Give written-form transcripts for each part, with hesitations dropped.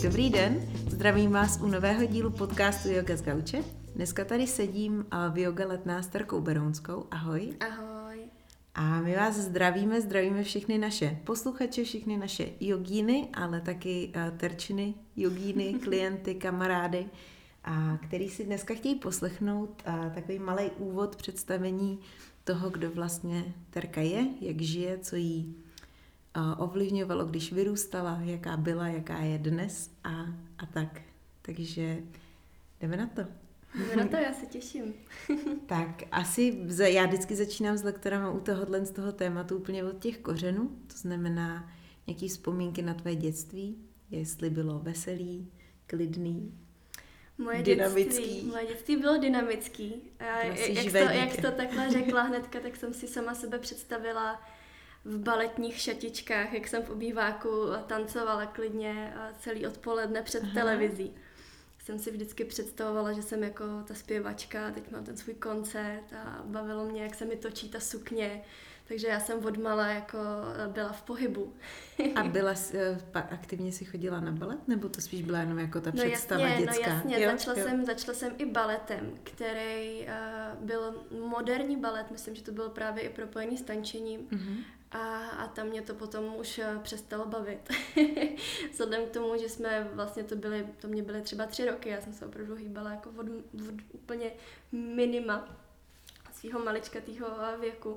Dobrý den, zdravím vás u nového dílu podcastu Yoga z gauče. Dneska tady sedím v Yoga Letná s Terkou Berounskou. Ahoj. Ahoj. A my vás zdravíme všechny naše posluchače, všechny naše jogíny, ale taky terčiny, jogíny, klienty, kamarády, který si dneska chtějí poslechnout takový malý úvod představení toho, kdo vlastně Terka je, jak žije, co jí ovlivňovalo, když vyrůstala, jaká byla, jaká je dnes a tak. Takže jdeme na to. Jdeme na to, já se těším. Tak asi já vždycky začínám s lektorama u tohohle z toho tématu úplně od těch kořenů, to znamená nějaký vzpomínky na tvoje dětství, jestli bylo veselý, klidný, dynamický. Moje dětství bylo dynamický. Jak jsi to takhle řekla hnedka, tak jsem si sama sebe představila v baletních šatičkách, jak jsem v obýváku tancovala klidně celý odpoledne před televizí. Jsem si vždycky představovala, že jsem jako ta zpěvačka, teď mám ten svůj koncert a bavilo mě, jak se mi točí ta sukně. Takže já jsem odmala jako byla v pohybu. A aktivně si chodila na balet, nebo to spíš byla jenom jako ta představa dětská? No jasně, začala jsem i baletem, který byl moderní balet, myslím, že to bylo právě i propojený s tančením. Mm-hmm. A tam mě to potom už přestalo bavit. Vzhledem k tomu, že jsme vlastně to mě byly třeba 3 roky, já jsem se opravdu hýbala jako od úplně minima svého maličkatýho věku.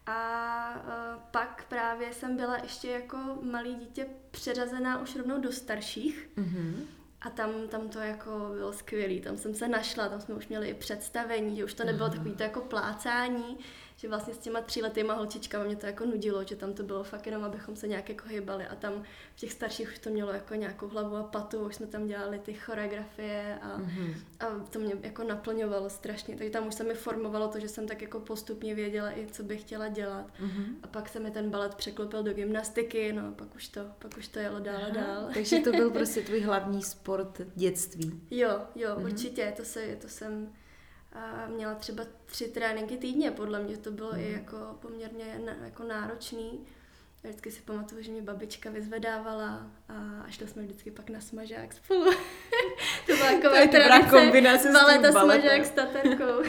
A pak právě jsem byla ještě jako malý dítě přeřazená už rovnou do starších. Mm-hmm. A tam to jako bylo skvělý, tam jsem se našla, tam jsme už měli i představení, že už to nebylo takový to jako plácání, že vlastně s těma 3letýma holčičkama mě to jako nudilo, že tam to bylo fakt jenom, abychom se nějak jako hýbali a tam v těch starších už to mělo jako nějakou hlavu a patu, už jsme tam dělali ty choreografie a to mě jako naplňovalo strašně, takže tam už se mi formovalo to, že jsem tak jako postupně věděla i co bych chtěla dělat a pak se mi ten balet překlopil do gymnastiky, no a pak už to jelo dál a dál. Takže to byl prostě tvůj hlavní sport dětství. Jo, určitě, to jsem měla třeba 3 tréninky týdně, podle mě to bylo i jako poměrně jako náročný. Já vždycky si pamatuju, že mě babička vyzvedávala a šli jsme vždycky pak na smažák spolu. To byla taková tradice, balet a smažák s taterkou.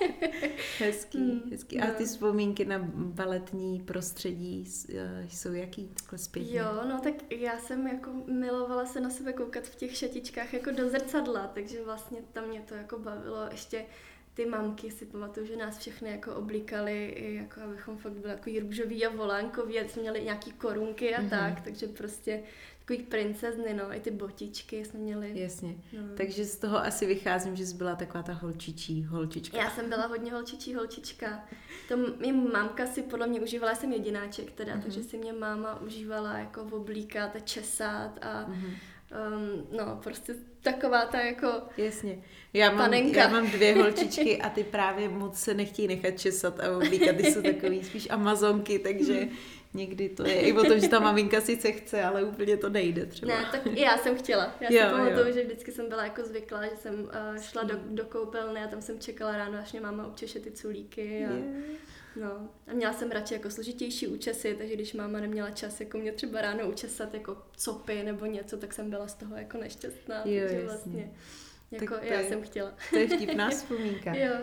Hezký. A ty vzpomínky na baletní prostředí jsou jaký takhle zpětně? Jo, no tak já jsem jako milovala se na sebe koukat v těch šatičkách jako do zrcadla, takže vlastně tam mě to jako bavilo. Ještě ty mamky si pamatuju, že nás všechny jako oblíkali, jako abychom fakt byli jako růžový a volánkový a jsme měli nějaký korunky a tak, takže prostě takový princezny, no, i ty botičky jsme měli. Jasně, takže z toho asi vycházím, že jsi byla taková ta holčička. Já jsem byla hodně holčička. To mi mámka si podle mě užívala, jsem jedináček teda, takže si mě máma užívala jako oblíkat a česat a no, prostě taková ta jako jasně. Já mám 2 holčičky a ty právě moc se nechtějí nechat česat a oblíkat, ty jsou takový spíš amazonky, takže někdy to je i o tom, že ta maminka sice chce, ale úplně to nejde třeba. Ne, tak já jsem chtěla. Já si pamatuju, že vždycky jsem byla jako zvyklá, že jsem šla do koupelny a tam jsem čekala ráno, až mě máma občeše ty culíky no, a měla jsem radši jako složitější účesy, takže když máma neměla čas jako mě třeba ráno učesat jako copy nebo něco, tak jsem byla z toho jako nešťastná, takže vlastně jako já jsem chtěla. To je vtipná vzpomínka. Jo.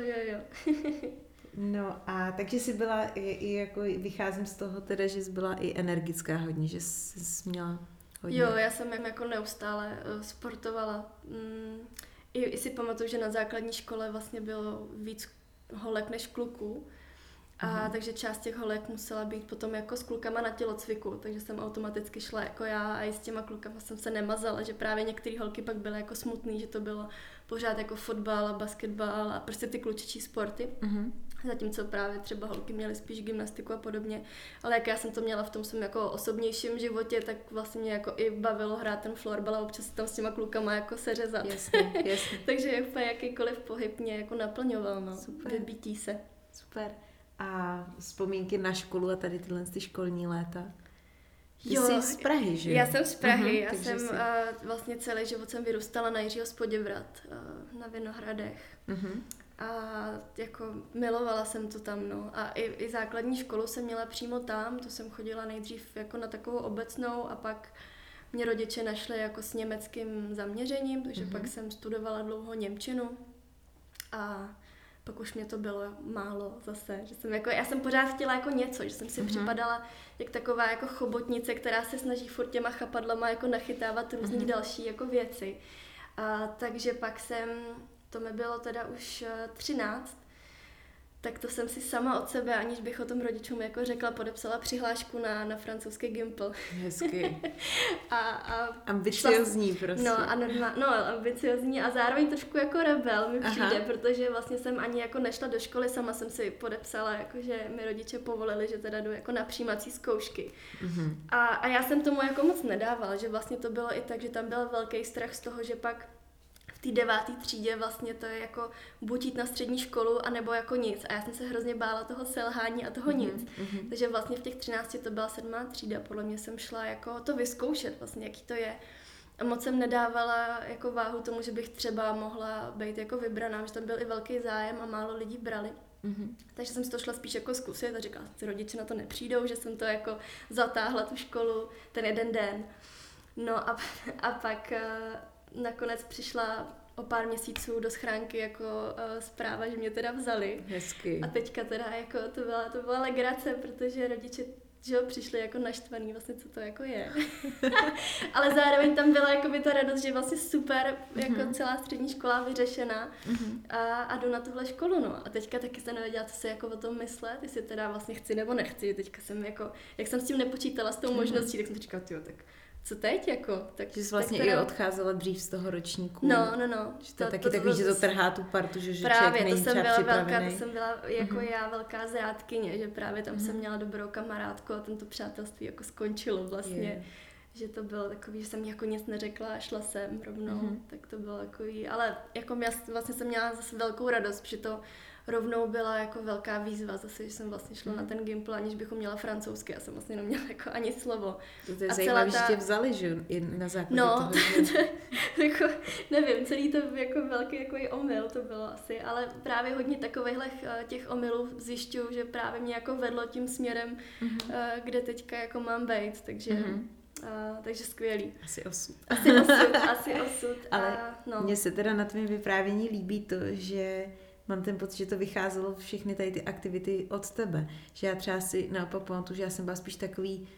No a takže jsi byla i jako, vycházím z toho teda, že jsi byla i energická hodně, že jsi měla hodně. Jo, já jsem jako neustále sportovala. I si pamatuju, že na základní škole vlastně bylo víc holek než kluků. Takže část těch holek musela být potom jako s klukama na tělocviku, takže jsem automaticky šla jako já a i s těma klukama jsem se nemazala, že právě některé holky pak byly jako smutný, že to bylo pořád jako fotbal a basketbal a prostě ty klučičí sporty. Zatímco právě třeba holky měly spíš gymnastiku a podobně, ale jak já jsem to měla v tom svém jako osobnějším životě, tak vlastně mě jako i bavilo hrát ten florbal a občas tam s těma klukama jako seřezat. Jasně. Takže úplně jakýkoliv pohyb mě jako naplňoval, no. Super. Vybítí se. Super. A vzpomínky na školu a tady tyhle školní léta? Jo, jsi z Prahy, že jo? Já jsem z Prahy, já jsem vlastně celý život jsem vyrůstala na Jiřího z Poděbrad, na Vinohradech. A jako milovala jsem to tam, no. A i základní školu jsem měla přímo tam, to jsem chodila nejdřív jako na takovou obecnou a pak mě rodiče našli jako s německým zaměřením, takže pak jsem studovala dlouho němčinu a pak už mě to bylo málo zase, že jsem jako, já jsem pořád chtěla jako něco, že jsem si připadala jak taková jako chobotnice, která se snaží furt těma chapadlama jako nachytávat různých další jako věci. Takže pak to mi bylo teda už 13, tak to jsem si sama od sebe, aniž bych o tom rodičům jako řekla, podepsala přihlášku na francouzský Gimpl. Hezky. a ambiciozní prostě. Ambiciozní a zároveň trošku jako rebel mi přijde, protože vlastně jsem ani jako nešla do školy, sama jsem si podepsala, jako že mi rodiče povolili, že teda jdu jako na přijímací zkoušky. A já jsem tomu jako moc nedávala, že vlastně to bylo i tak, že tam byl velký strach z toho, že pak v té 9. třídě vlastně to je jako buď jít na střední školu, anebo jako nic. A já jsem se hrozně bála toho selhání a toho nic. Takže vlastně v těch 13 to byla 7. třída. Podle mě jsem šla jako to vyzkoušet vlastně, jaký to je. A moc jsem nedávala jako váhu tomu, že bych třeba mohla být jako vybraná, že tam byl i velký zájem a málo lidí brali. Takže jsem si to šla spíš jako zkusit a říkala, že rodiče na to nepřijdou, že jsem to jako zatáhla tu školu ten jeden den. No a pak nakonec přišla o pár měsíců do schránky jako zpráva, že mě teda vzali. Hezky. A teďka teda jako to byla legrace, protože rodiče přišli jako naštvaný vlastně, co to jako je. Ale zároveň tam byla jako by ta radost, že vlastně super, jako celá střední škola vyřešená a jdu na tuhle školu, no. A teďka taky jsem nevěděla, co si jako o tom myslet, jestli teda vlastně chci nebo nechci. Teďka jsem jako, jak jsem s tím nepočítala, s tou možností, tak jsem říkala, tak co teď, jako? Tak, že jsi vlastně teda i odcházela dřív z toho ročníku. No. Že to je taky takový, že to trhá tu partu, že právě, člověk není třeba připravený. to jsem byla jako já velká zrádkyně, že právě tam jsem měla dobrou kamarádku a tento přátelství jako skončilo vlastně. Že to bylo takový, že jsem jako nic neřekla a šla jsem rovnou, tak to bylo takový, ale jako já vlastně jsem měla zase velkou radost, protože to rovnou byla jako velká výzva zase, že jsem vlastně šla na ten Gimpl, aniž bychom měla francouzsky, já jsem vlastně neměla jako ani slovo. To je zajímavé, že tě vzali, že na základě toho, že... jako, nevím, celý to jako velký jako i omyl to bylo asi, ale právě hodně takovejhle těch omylů zjišťuju, že právě mě jako vedlo tím směrem, kde teďka jako mám být, takže... takže skvělý. Asi osud. Asi osud. Ale mně se teda na tvém vyprávění líbí to, že mám ten pocit, že to vycházelo všechny tady ty aktivity od tebe. Že já třeba si naopak pamatuju, že já jsem byla spíš takový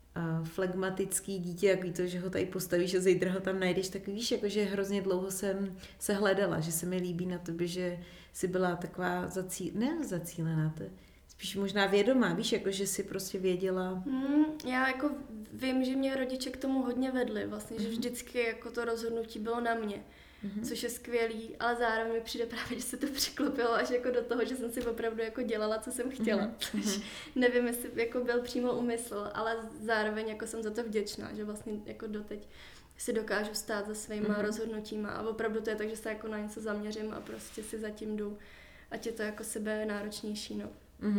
flegmatický dítě, takový to, že ho tady postavíš a zítra ho tam najdeš, tak víš, jakože hrozně dlouho jsem se hledala, že se mi líbí na tobě, že jsi byla taková zacílená, to je spíš možná vědomá, víš, jakože si prostě věděla. Já jako vím, že mě rodiče k tomu hodně vedli, vlastně, že vždycky jako to rozhodnutí bylo na mě. Což je skvělý, ale zároveň mi přijde právě, že se to přiklopilo až jako do toho, že jsem si opravdu jako dělala, co jsem chtěla. Nevím, jestli jako byl přímo úmysl, ale zároveň jako jsem za to vděčná, že vlastně jako doteď si dokážu stát za svýma rozhodnutíma a opravdu to je tak, že se jako na něco zaměřím a prostě si zatím jdu, ať je to jako sebe náročnější, no.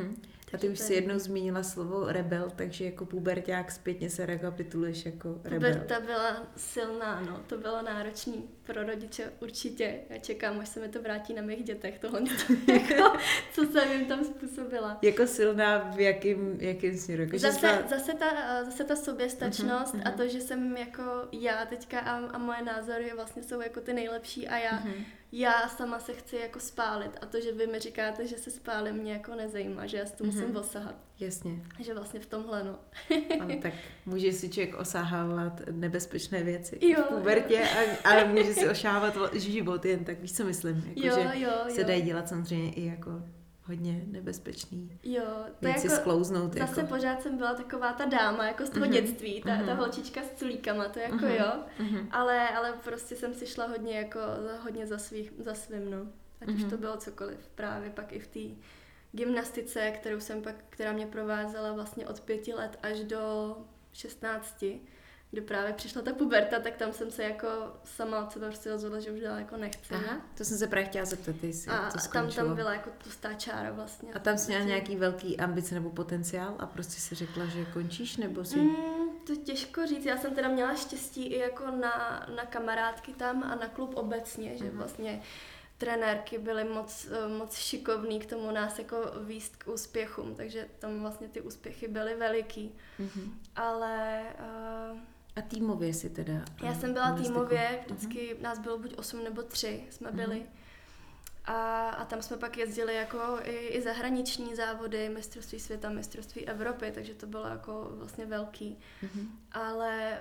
A ty už si jednou zmínila slovo rebel, takže jako puberťák zpětně se rekapituluješ jako rebel. Puberta byla silná, no, to bylo náročný pro rodiče určitě. Já čekám, až se mi to vrátí na mých dětech, tohle, jako, co jsem jim tam způsobila. Jako silná v jakým směru? Jako, zase ta soběstačnost a to, že jsem jako já teďka a moje názory vlastně jsou jako ty nejlepší a já sama se chci jako spálit a to, že vy mi říkáte, že se spálím, mě jako nezajímá, že já si to musím osahat. Jasně. Že vlastně v tomhle, no. Ale tak může si člověk osahávat nebezpečné věci v pubertě, ale může si ošávat život jen tak, víš, co myslím? Jako, se dají dělat samozřejmě i jako hodně nebezpečný věci jako, sklouznout. Zase jako. Pořád jsem byla taková ta dáma jako z toho dětství, ta holčička s culíkama, to jako ale prostě jsem si šla hodně za svým, no. Ať už to bylo cokoliv. Právě pak i v té gymnastice, která mě provázela vlastně od 5 let až do 16, kdy právě přišla ta puberta, tak tam jsem se jako sama od sebe prostě rozhodla, že už dál jako nechci. Aha, to jsem se právě chtěla zeptat, jak to skončilo. Tam byla jako tlustá čára vlastně. A tam jsi měla nějaký velký ambice nebo potenciál a prostě si řekla, že končíš, nebo si... To těžko říct, já jsem teda měla štěstí i jako na kamarádky tam a na klub obecně, že vlastně trenérky byly moc šikovný k tomu nás jako vést k úspěchům, takže tam vlastně ty úspěchy byly veliký. Ale... A týmově si teda? Já jsem byla týmově, vždycky nás bylo buď 8 nebo 3 jsme byli. A tam jsme pak jezdili jako i zahraniční závody, mistrovství světa, mistrovství Evropy, takže to bylo jako vlastně velký. Ale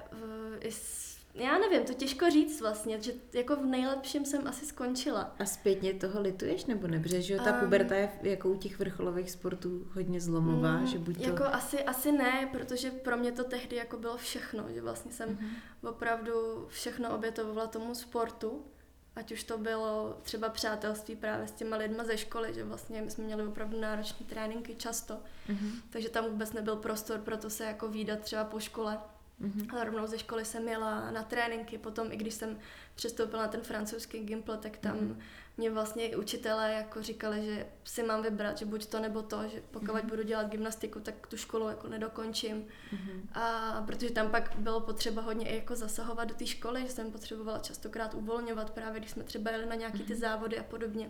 já nevím, to těžko říct vlastně, že jako v nejlepším jsem asi skončila. A zpětně toho lituješ nebo ne? Protože ta puberta je jako u těch vrcholových sportů hodně zlomová, že buď to... Jako asi ne, protože pro mě to tehdy jako bylo všechno, že vlastně jsem opravdu všechno obětovala tomu sportu. Ať už to bylo třeba přátelství právě s těma lidma ze školy, že vlastně my jsme měli opravdu náročné tréninky často, takže tam vůbec nebyl prostor pro to se jako vídat třeba po škole. Ale rovnou ze školy jsem jela na tréninky, potom i když jsem přestoupila na ten francouzský Gimpl, tak tam mě vlastně i učitelé jako říkali, že si mám vybrat, že buď to nebo to, že pokud budu dělat gymnastiku, tak tu školu jako nedokončím. A protože tam pak bylo potřeba hodně i jako zasahovat do té školy, že jsem potřebovala častokrát uvolňovat právě, když jsme třeba jeli na nějaký ty závody a podobně.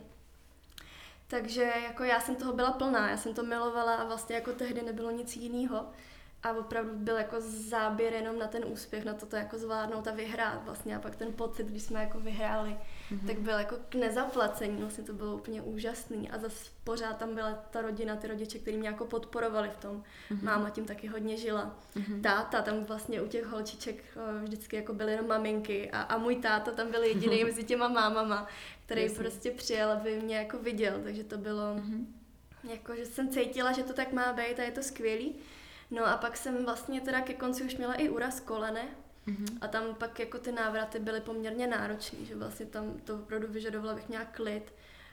Takže jako já jsem toho byla plná, já jsem to milovala a vlastně jako tehdy nebylo nic jiného. A opravdu byl jako záběr jenom na ten úspěch, na to jako zvládnout a vyhrát vlastně. A pak ten pocit, když jsme jako vyhráli, tak byl jako k nezaplacení. Vlastně to bylo úplně úžasný. A zase pořád tam byla ta rodina, ty rodiče, kteří mě jako podporovali v tom. Máma tím taky hodně žila. Táta, tam vlastně u těch holčiček vždycky jako byly jenom maminky. A můj táta tam byl jediný mezi těma mámama, který prostě přijel, aby mě jako viděl. Takže to bylo jako, že jsem cítila, že to tak má být a je to skvělý. No a pak jsem vlastně teda ke konci už měla i úraz kolene a tam pak jako ty návraty byly poměrně náročný, že vlastně tam to opravdu vyžadovalo, abych měla klid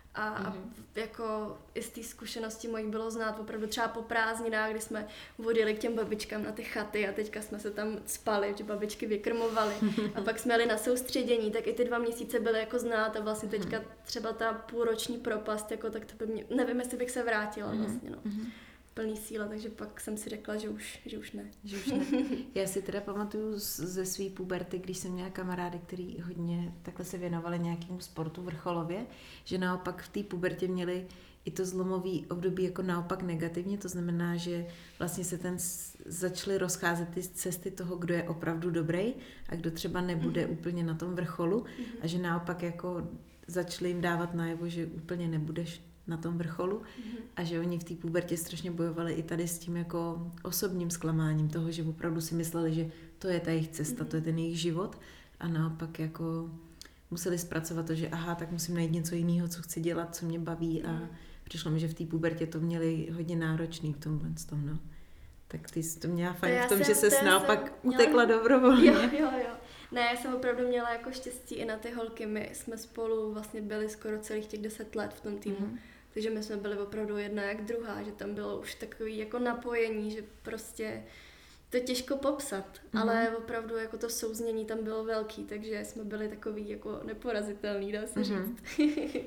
a jako i z té zkušenosti mojí bylo znát opravdu třeba po prázdninách, kdy jsme vodili k těm babičkám na ty chaty a teďka jsme se tam spali, že babičky vykrmovaly a pak jsme jeli na soustředění, tak i ty 2 měsíce byly jako znát a vlastně teďka třeba ta půlroční propast, jako tak to by mě, nevím, jestli bych se vrátila vlastně, no. Plný síla, takže pak jsem si řekla, že už ne. Že už ne. Já si teda pamatuju ze své puberty, když jsem měla kamarády, který hodně takhle se věnovali nějakému sportu vrcholově, že naopak v té pubertě měli i to zlomový období jako naopak negativně, to znamená, že vlastně se začaly rozcházet ty cesty toho, kdo je opravdu dobrý a kdo třeba nebude úplně na tom vrcholu a že naopak jako začali jim dávat najevo, že úplně nebudeš na tom vrcholu a že oni v té pubertě strašně bojovali i tady s tím jako osobním zklamáním toho, že opravdu si mysleli, že to je ta jejich cesta, to je ten jejich život a naopak jako museli zpracovat to, že aha, tak musím najít něco jiného, co chci dělat, co mě baví a přišlo mi, že v té pubertě to měli hodně náročný v tomhle tom, no. Tak ty jsi to měla fajn v tom, že ses naopak utekla dobrovolně. Jo. Ne, já jsem opravdu měla jako štěstí i na ty holky, my jsme spolu vlastně byli skoro celých těch 10 let v tom týmu. Takže my jsme byli opravdu jedna jak druhá, že tam bylo už takový jako napojení, že prostě to je těžko popsat, ale opravdu jako to souznění tam bylo velký, takže jsme byli takový jako neporazitelný, dá se říct.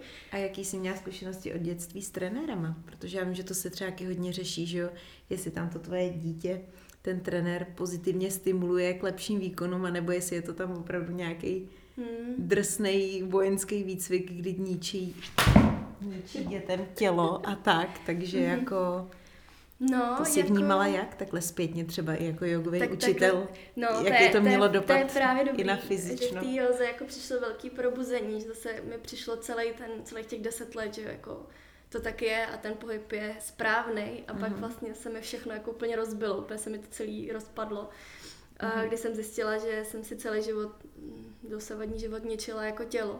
A jaký jsi měla zkušenosti od dětství s trenérama? Protože já vím, že to se třeba hodně řeší, že jo, jestli tam to tvoje dítě, ten trenér pozitivně stimuluje k lepším výkonům, anebo jestli je to tam opravdu nějaký drsnej vojenský výcvik, kdy ničí dětem tělo a tak, takže jako to si jako, vnímala jak? Takhle zpětně třeba i jako jogový učitel, no, jaký to mělo dopad to je právě dobrý, i na fyzično. Že v té józe jako přišlo velký probuzení, že zase mi přišlo celých těch 10 let, že jako to tak je a ten pohyb je správnej a pak vlastně se mi všechno jako úplně rozbilo, úplně se mi to celý rozpadlo. A když jsem zjistila, že jsem si celý život, dosavadní život ničila jako tělo.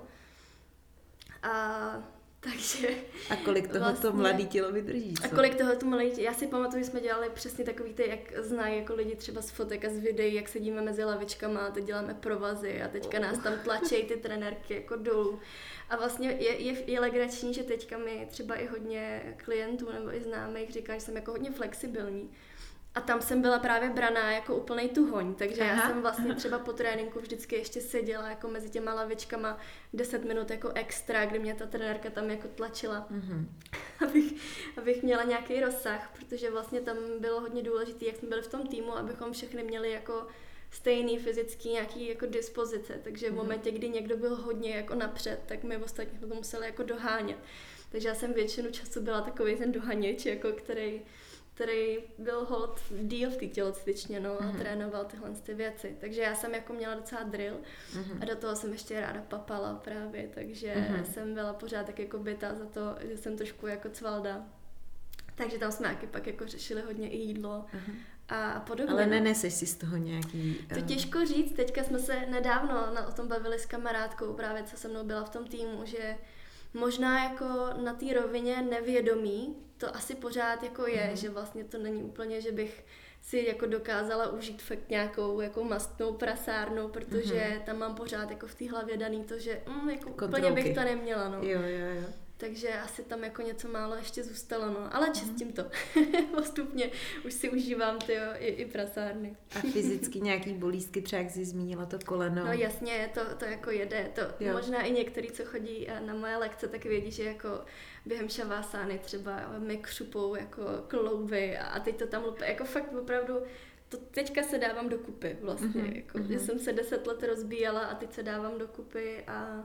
Takže a kolik toho vlastně, to mladé tělo vydrží, co? A kolik toho to mladé tělo, já si pamatuju, že jsme dělali přesně takový ty, jak znají jako lidi třeba z fotek a z videí, jak sedíme mezi lavičkama a teď děláme provazy a teďka nás tam tlačí ty trenérky jako dolů. A vlastně je legrační, že teďka mi třeba i hodně klientů nebo i známých říká, že jsem jako hodně flexibilní. A tam jsem byla právě braná jako úplnej tuhoň, takže já jsem vlastně třeba po tréninku vždycky ještě seděla jako mezi těma lavičkama 10 minut jako extra, kdy mě ta trenérka tam jako tlačila, abych měla nějaký rozsah, protože vlastně tam bylo hodně důležité, jak jsme byli v tom týmu, abychom všechny měli jako stejný fyzický nějaký jako dispozice, takže v momentě, kdy někdo byl hodně jako napřed, tak my ostatní to museli jako dohánět. Takže já jsem většinu času byla takový ten dohaněč, jako který který byl hold díl v té tělocvičně, no, a trénoval tyhle ty věci. Takže já jsem jako měla docela drill a do toho jsem ještě ráda papala právě, takže jsem byla pořád tak jako bytá za to, že jsem trošku jako cvalda. Takže tam jsme pak jako řešili hodně i jídlo a podobně. Ale neneseš si z toho nějaký... To těžko říct, teďka jsme se nedávno o tom bavili s kamarádkou, právě co se mnou byla v tom týmu, že možná jako na té rovině nevědomí to asi pořád jako je, že vlastně to není úplně, že bych si jako dokázala užít fakt nějakou jako mastnou prasárnu, protože tam mám pořád jako v té hlavě daný to, že jako úplně bych to neměla, no. Jo. Takže asi tam jako něco málo ještě zůstalo, no. Ale čistím to. Postupně už si užívám i prasárny. A fyzicky nějaký bolístky, třeba jak jsi zmínila to koleno? No jasně, to jako jede. To možná i některý, co chodí na moje lekce, tak vědí, že jako během šavásány třeba mi křupou jako klouby a teď to tam lupe. Jako fakt opravdu to teďka se dávám dokupy vlastně. Jako, že jsem se 10 let rozbíjela a teď se dávám dokupy a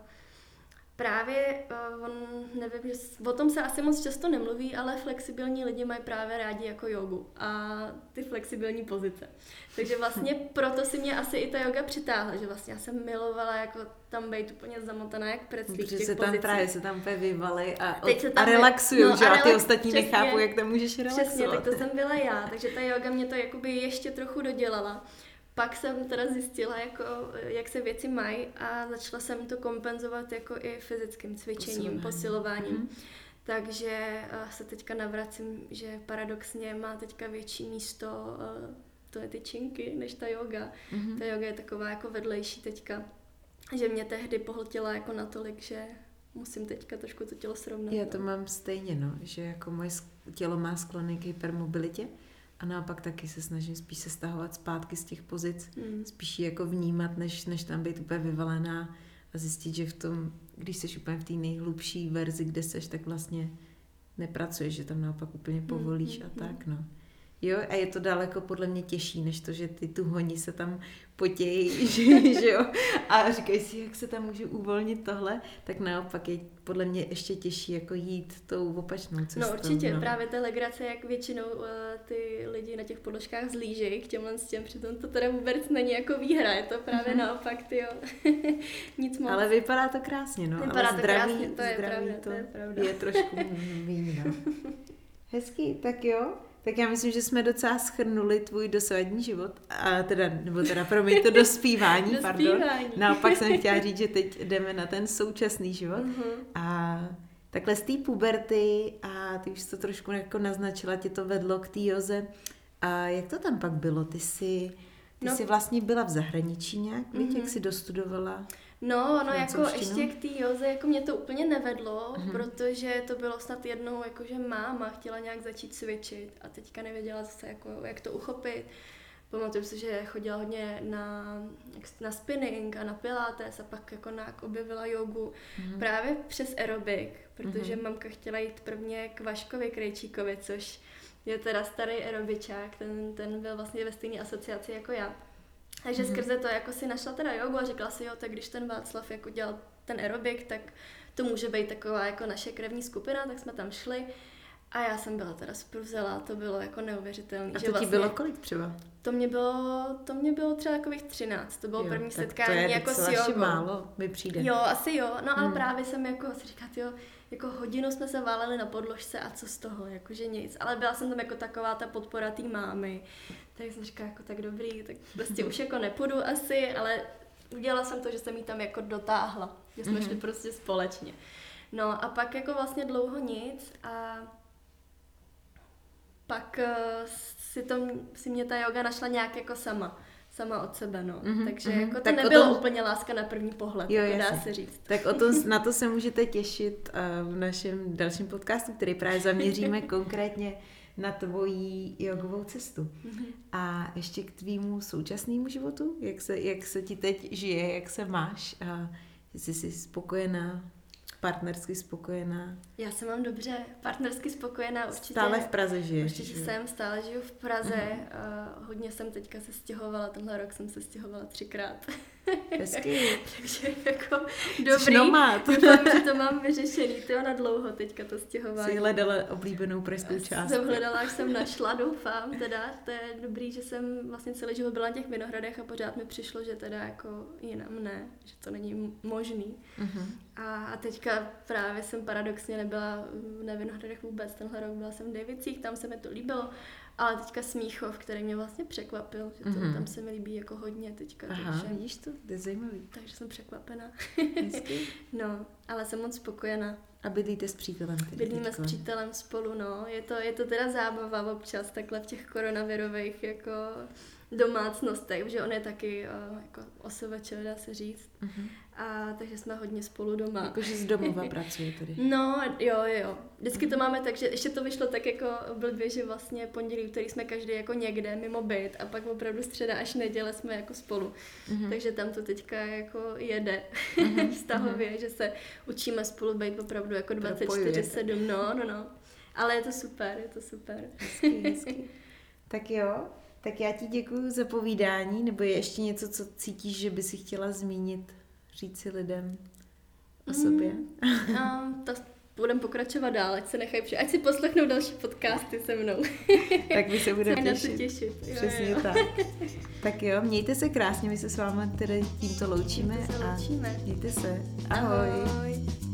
právě, nevím, že o tom se asi moc často nemluví, ale flexibilní lidi mají právě rádi jako jogu a ty flexibilní pozice. Takže vlastně proto si mě asi i ta joga přitáhla, že vlastně já jsem milovala jako tam být úplně zamotaná jak preclík v těch se tam právě se tam vyvali a relaxují, že? A ty ostatní nechápou, jak tam můžeš relaxovat. Přesně, tak to jsem byla já, takže ta joga mě to jakoby ještě trochu dodělala. Pak jsem teda zjistila, jako, jak se věci mají a začala jsem to kompenzovat jako i fyzickým cvičením, posilováním. Takže se teďka navracím, že paradoxně má teďka větší místo to je ty činky, než ta yoga. Ta yoga je taková jako vedlejší teďka, že mě tehdy pohltila jako natolik, že musím teďka trošku to tělo srovnat. Já to mám stejně, no, že jako moje tělo má sklony k hypermobilitě. A naopak taky se snažím spíš se stahovat zpátky z těch pozic, spíš jako vnímat, než tam být úplně vyvalená a zjistit, že v tom, když seš úplně v té nejhlubší verzi, kde seš, tak vlastně nepracuješ, že tam naopak úplně povolíš a tak, no. Jo, a je to daleko podle mě těžší, než to, že ty tu honi se tam potějí, že jo, a říkají si, jak se tam můžu uvolnit tohle, tak naopak je podle mě ještě těžší jako jít tou opačnou cestou. No určitě, právě ta legrace, jak většinou ty lidi na těch podložkách zlížejí k těmhle s těm, přitom to teda vůbec není jako výhra, je to právě naopak, tyjo, nic moc. Ale vypadá to krásně, no, vypadá ale to zdraví, krásně, to je pravda. Je trošku méně, no. Hezký, tak jo. Tak já myslím, že jsme docela shrnuli tvůj dosavadní život, promiň, to dospívání, pardon. Naopak jsem chtěla říct, že teď jdeme na ten současný život. A takhle z té puberty, a ty už to trošku jako naznačila, tě to vedlo k té joze. A jak to tam pak bylo? Ty jsi vlastně byla v zahraničí nějak, jak jsi dostudovala? No, jako ještě k té joze, jako mě to úplně nevedlo, protože to bylo snad jednou, jakože máma chtěla nějak začít cvičit a teďka nevěděla zase, jako, jak to uchopit. Pamatuju si, že chodila hodně na spinning a na pilates a pak jako objevila jogu právě přes aerobik, protože mamka chtěla jít prvně k Vaškovi Krejčíkovi, což je teda starý aerobičák, ten byl vlastně ve stejné asociaci jako já. Takže skrze to jako si našla teda jogu a řekla si, jo, tak když ten Václav jako dělal ten aerobik, tak to může být taková jako naše krevní skupina, tak jsme tam šli a já jsem byla teda spruzela, to bylo jako neuvěřitelné. A to ti bylo kolik třeba? To mě bylo třeba takových 13, to bylo první setkání to je jako s jogou. Málo mi přijde. Jo, asi jo, no ale právě jsem jako si říkat, jo, jako hodinu jsme se váleli na podložce a co z toho, jakože nic, ale byla jsem tam jako taková ta podpora té mámy, tak jsem říkala jako tak dobrý, tak prostě už jako nepůjdu asi, ale udělala jsem to, že jsem jí tam jako dotáhla, že jsme šli prostě společně. No a pak jako vlastně dlouho nic a pak si mě ta joga našla nějak jako sama od sebe, no. Takže jako to tak nebylo úplně láska na první pohled, jako dá se říct. Tak na to se můžete těšit v našem dalším podcastu, který právě zaměříme konkrétně na tvojí jogovou cestu. A ještě k tvýmu současnému životu, jak se ti teď žije, jak se máš a jestli jsi spokojená, partnersky spokojená. Já se mám dobře, partnersky spokojená určitě. Stále v Praze žiješ? Určitě stále žiju v Praze. Hodně jsem teďka se stěhovala, tenhle rok jsem se stěhovala 3krát. Hezky. Takže jako dobrý. Doufám, že to mám vyřešený. To na dlouho teďka to stěhování. Jsi hledala oblíbenou pražskou část. Jsem hledala, až jsem našla, doufám teda. To je dobrý, že jsem vlastně celý život byla na těch Vinohradech a pořád mi přišlo, že teda jako jinam ne, že to není možný. A teďka právě jsem paradoxně nebyla na Vinohradech vůbec. Tenhle rok byla jsem v Davicích, tam se mi to líbilo. Ale teďka Smíchov, který mě vlastně překvapil, že to, tam se mi líbí jako hodně teďka. Aha, takže, vidíš to, to je zajímavý. Takže jsem překvapená. No, ale jsem moc spokojená. A bydlíte s přítelem? Bydlíme s přítelem spolu, no. Je to teda zábava občas takhle v těch koronavirových jako domácnostech, že on je taky jako OSVČ, dá se říct. A takže jsme hodně spolu doma. Jakože z domova pracuje tedy. No, jo. Vždycky to máme tak, že ještě to vyšlo tak jako blbě, že vlastně pondělí, úterý jsme každý jako někde mimo byt a pak opravdu středa až neděle jsme jako spolu. Takže tam to teďka jako jede vztahově, že se učíme spolu být opravdu jako 24/7. No. Ale je to super. Hezky. Tak jo. Tak já ti děkuji za povídání, nebo je ještě něco, co cítíš, že by si chtěla zmínit, říct si lidem o sobě? To budeme pokračovat dál, ať si poslechnou další podcasty se mnou. Tak my se budeme těšit. Přesně tak. Tak jo, mějte se krásně, my se s vámi tedy tímto loučíme. Mějte se. Ahoj. Ahoj.